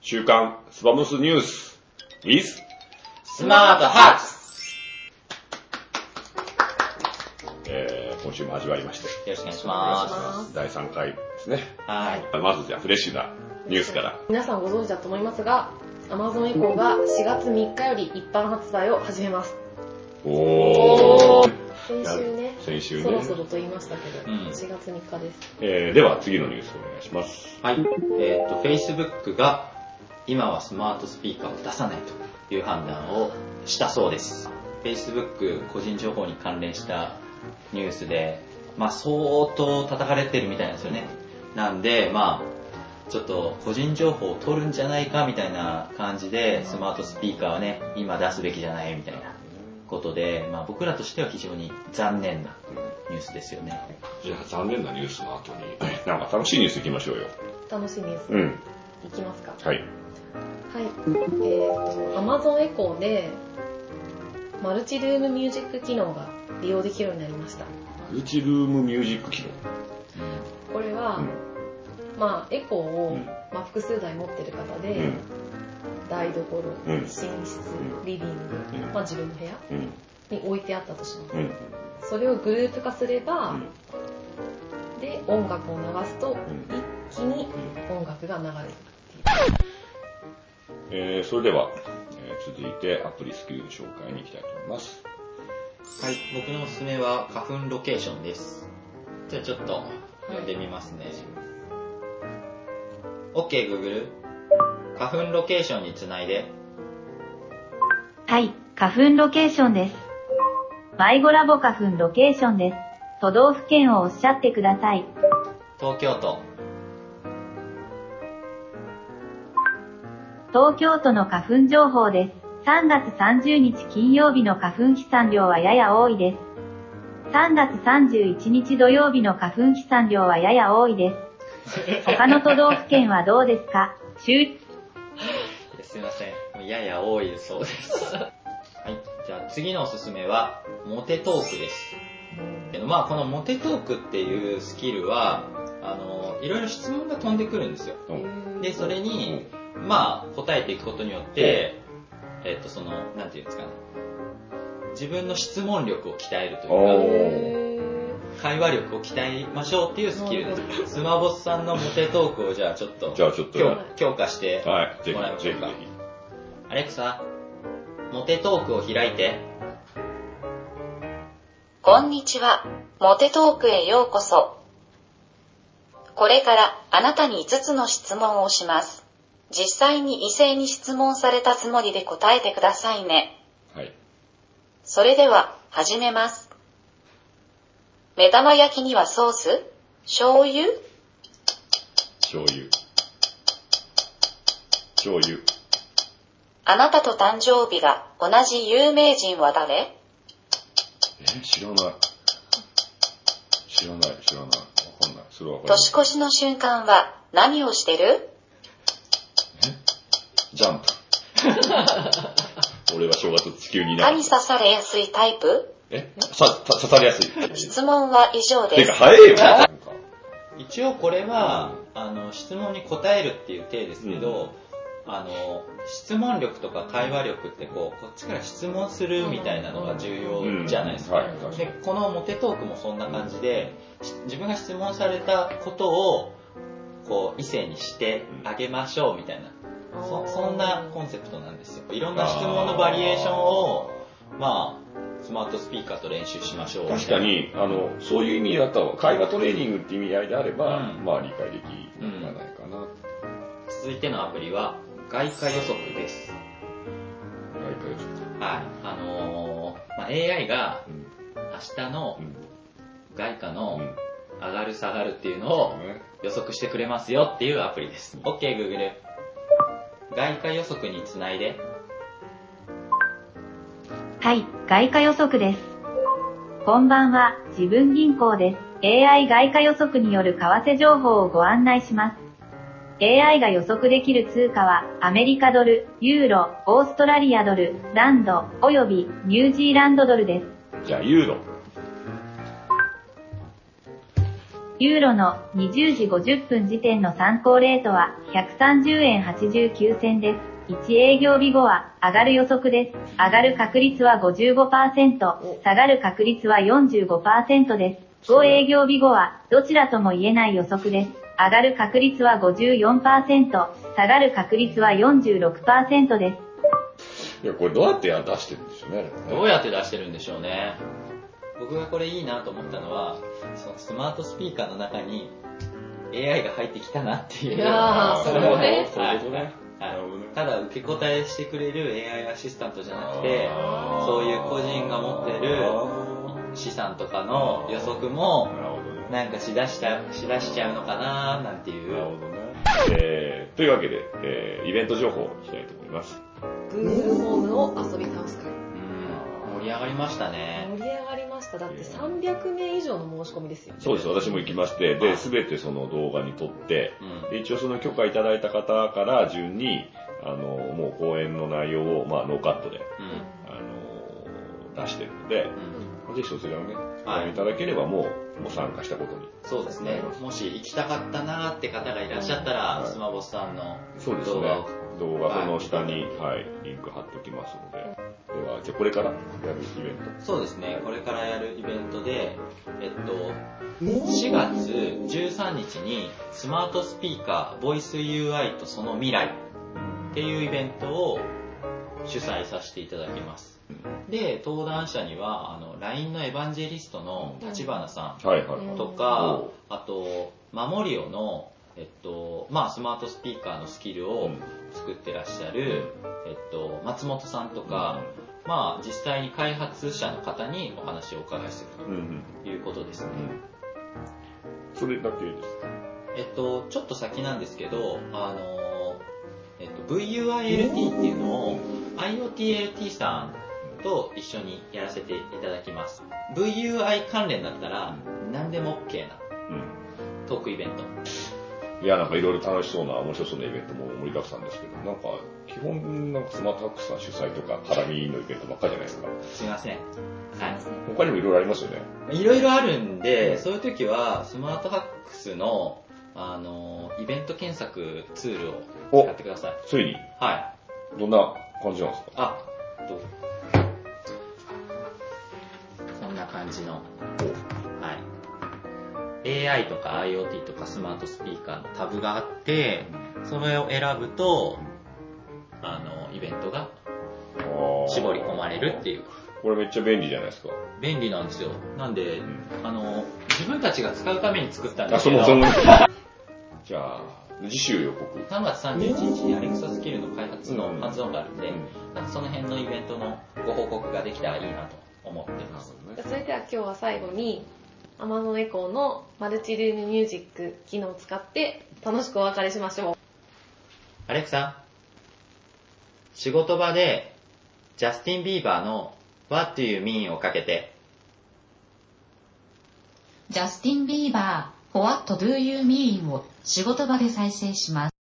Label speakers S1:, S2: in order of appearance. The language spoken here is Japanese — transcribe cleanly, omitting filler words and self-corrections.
S1: 週刊スパムスニュース with
S2: スマートハックス。
S1: 今週も始まりまして、
S2: よろしくお願いします。
S1: 第3回ですね。
S2: はい。
S1: まずじゃあフレッシュなニュースから。
S3: 皆さんご存知だと思いますが、Amazon エコーが4月3日より一般発売を始めます。
S1: おー。
S3: 先週ね、そろそろと言いましたけど、4月3日です。
S1: では次のニュースお願いします。
S2: はい。Facebook が今はスマートスピーカーを出さないという判断をしたそうです。Facebook 個人情報に関連したニュースで、相当叩かれてるみたいなんですよね。なんで、ちょっと個人情報を取るんじゃないかみたいな感じで、スマートスピーカーはね、今出すべきじゃないみたいなことで、僕らとしては非常に残念なニュースですよね。
S1: じゃあ残念なニュースの後に、なんか楽しいニュースいきましょうよ。
S3: 楽しいニュース。いきますか。
S1: はい。
S3: はい。Amazon エコーで、マルチルームミュージック機能が利用できるようになりました。
S1: マルチルームミュージック機能。
S3: これは、エコーを、複数台持ってる方で、台所、寝室、リビング、自分の部屋に置いてあったとします。それをグループ化すれば、で、音楽を流すと、一気に音楽が流れるっていう。
S1: それでは、続いてアプリスキルの紹介に行きたいと思います。
S2: はい、僕のおすすめは花粉ロケーションです。じゃあちょっと読んでみますね。OK Google、花粉ロケーションにつないで。
S4: はい、花粉ロケーションです。迷子ラボ花粉ロケーションです。都道府県をおっしゃってください。
S2: 東京都。
S4: 東京都の花粉情報です。3月30日金曜日の花粉飛散量はやや多いです。3月31日土曜日の花粉飛散量はやや多いです。他の都道府県はどうですか？
S2: すいません。やや多いそうです。はい。じゃあ次のおすすめは、モテトークです。このモテトークっていうスキルは、いろいろ質問が飛んでくるんですよ。で、それに、答えていくことによって、なんていうんですかね。自分の質問力を鍛えるというか、会話力を鍛えましょうっていうスキルです。スマボスさんのモテトークをじゃあちょっと強化してもらいましょうか。
S1: ぜひ。
S2: アレクサ、モテトークを開いて。
S5: こんにちは。モテトークへようこそ。これからあなたに5つの質問をします。実際に異性に質問されたつもりで答えてくださいね。
S1: はい。
S5: それでは始めます。目玉焼きにはソース？醤油？
S1: 醤油。
S5: あなたと誕生日が同じ有名人は誰？
S1: 知らない。わかんない。それはわかんない。
S5: 年越しの瞬間は何をしてる？
S1: ジャンプ。俺は正月地球にいない。
S5: 歯に刺されやすいタイプ？
S1: 刺されやすい。
S5: 質問は以上です。
S1: てか、早いよ。
S2: 一応これは、質問に答えるっていう体ですけど、質問力とか会話力ってこっちから質問するみたいなのが重要じゃないですか。で、このモテトークもそんな感じで、自分が質問されたことを、異性にしてあげましょうみたいな。そんなコンセプトなんですよ。いろんな質問のバリエーションを、スマートスピーカーと練習しましょう。
S1: 確かに、そういう意味だと、会話トレーニングって意味合いであれば、理解できるんじゃないかな。
S2: 続いてのアプリは、外貨予測です。
S1: 外貨予測。
S2: はい。AI が、明日の外貨の上がる下がるっていうのを予測してくれますよっていうアプリです。OK Google。外貨予測につないで。
S4: はい、外貨予測です。こんばんは、自分銀行です。AI 外貨予測による為替情報をご案内します。AI が予測できる通貨は、アメリカドル、ユーロ、オーストラリアドル、ランド、およびニュージーランドドルです。
S1: じゃあ、ユーロ。
S4: ユーロの20時50分時点の参考レートは130円89銭です。1営業日後は上がる予測です。上がる確率は 55%、下がる確率は 45% です。5営業日後はどちらとも言えない予測です。上がる確率は 54%、下がる確率は 46% です。
S1: いや、これどうやって出してるんでしょうね。
S2: どうやって出してるんでしょうね。僕がこれいいなと思ったのは、そのスマートスピーカーの中に AI が入ってきたなっていう。
S3: いやー、それもね。
S1: そういうことね。
S2: ただ受け答えしてくれる AI アシスタントじゃなくて、そういう個人が持ってる資産とかの予測もなんかしだしちゃうのかななんていう。
S1: なるほどね。というわけで、イベント情報をいきたいと思います。
S3: Google ホームを遊び倒す会。
S2: 盛り上がりましたね。
S3: 盛り上がりました。だって300名以上の申し込みですよね。
S1: そうです。私も行きまして、で、すべてその動画に撮って、で一応その許可いただいた方から順に、もう講演の内容を、ノーカットで、出してるので、ぜひそちらをね、ご覧いただければもう参加したことに。
S2: そうですね。もし行きたかったなーって方がいらっしゃったら、スマボスさんの動画を。
S1: 動画この下に、リンク貼っておきますので。では、じゃあこれからやるイベント。
S2: そうですね。これからやるイベントで、4月13日にスマートスピーカーボイス UI とその未来っていうイベントを主催させていただきます。で、登壇者にはLINE のエヴァンジェリストの立花さんとか、あとマモリオのスマートスピーカーのスキルを作ってらっしゃる松本さんとか、実際に開発者の方にお話をお伺いするということですね。
S1: それだけですか？
S2: ちょっと先なんですけど、VUILT っていうのを IoTLT さんと一緒にやらせていただきます。VUI 関連だったら何でも OK なトークイベント。
S1: いや、なんかいろいろ楽しそうな、面白そうなイベントも盛りだくさんですけど、なんか、基本、なんかスマートハックスさん主催とか、絡みのイベントばっかりじゃないですか。
S2: すいません。はい。
S1: 他にもいろいろありますよね。
S2: いろいろあるんで、そういう時は、スマートハックスの、イベント検索ツールを使ってください。
S1: ついに？
S2: はい。
S1: どんな感じなんですか？
S2: こんな感じの。はい。AI とか IoT とかスマートスピーカーのタブがあって、それを選ぶと、イベントが絞り込まれるっていう。
S1: これめっちゃ便利じゃないですか。
S2: 便利なんですよ。なんで、自分たちが使うために作ったんですけど。
S1: そも。じゃあ、次週予告。
S2: 3月31日にアレクサスキルの開発の発音があるんで、なんかその辺のイベントのご報告ができたらいいなと思っています。
S3: それでは今日は最後に、Amazon Echo のマルチルームミュージック機能を使って楽しくお別れしましょう。
S2: アレクサ、仕事場でジャスティン・ビーバーの What Do You Mean をかけて。
S5: ジャスティン・ビーバー What Do You Mean を仕事場で再生します。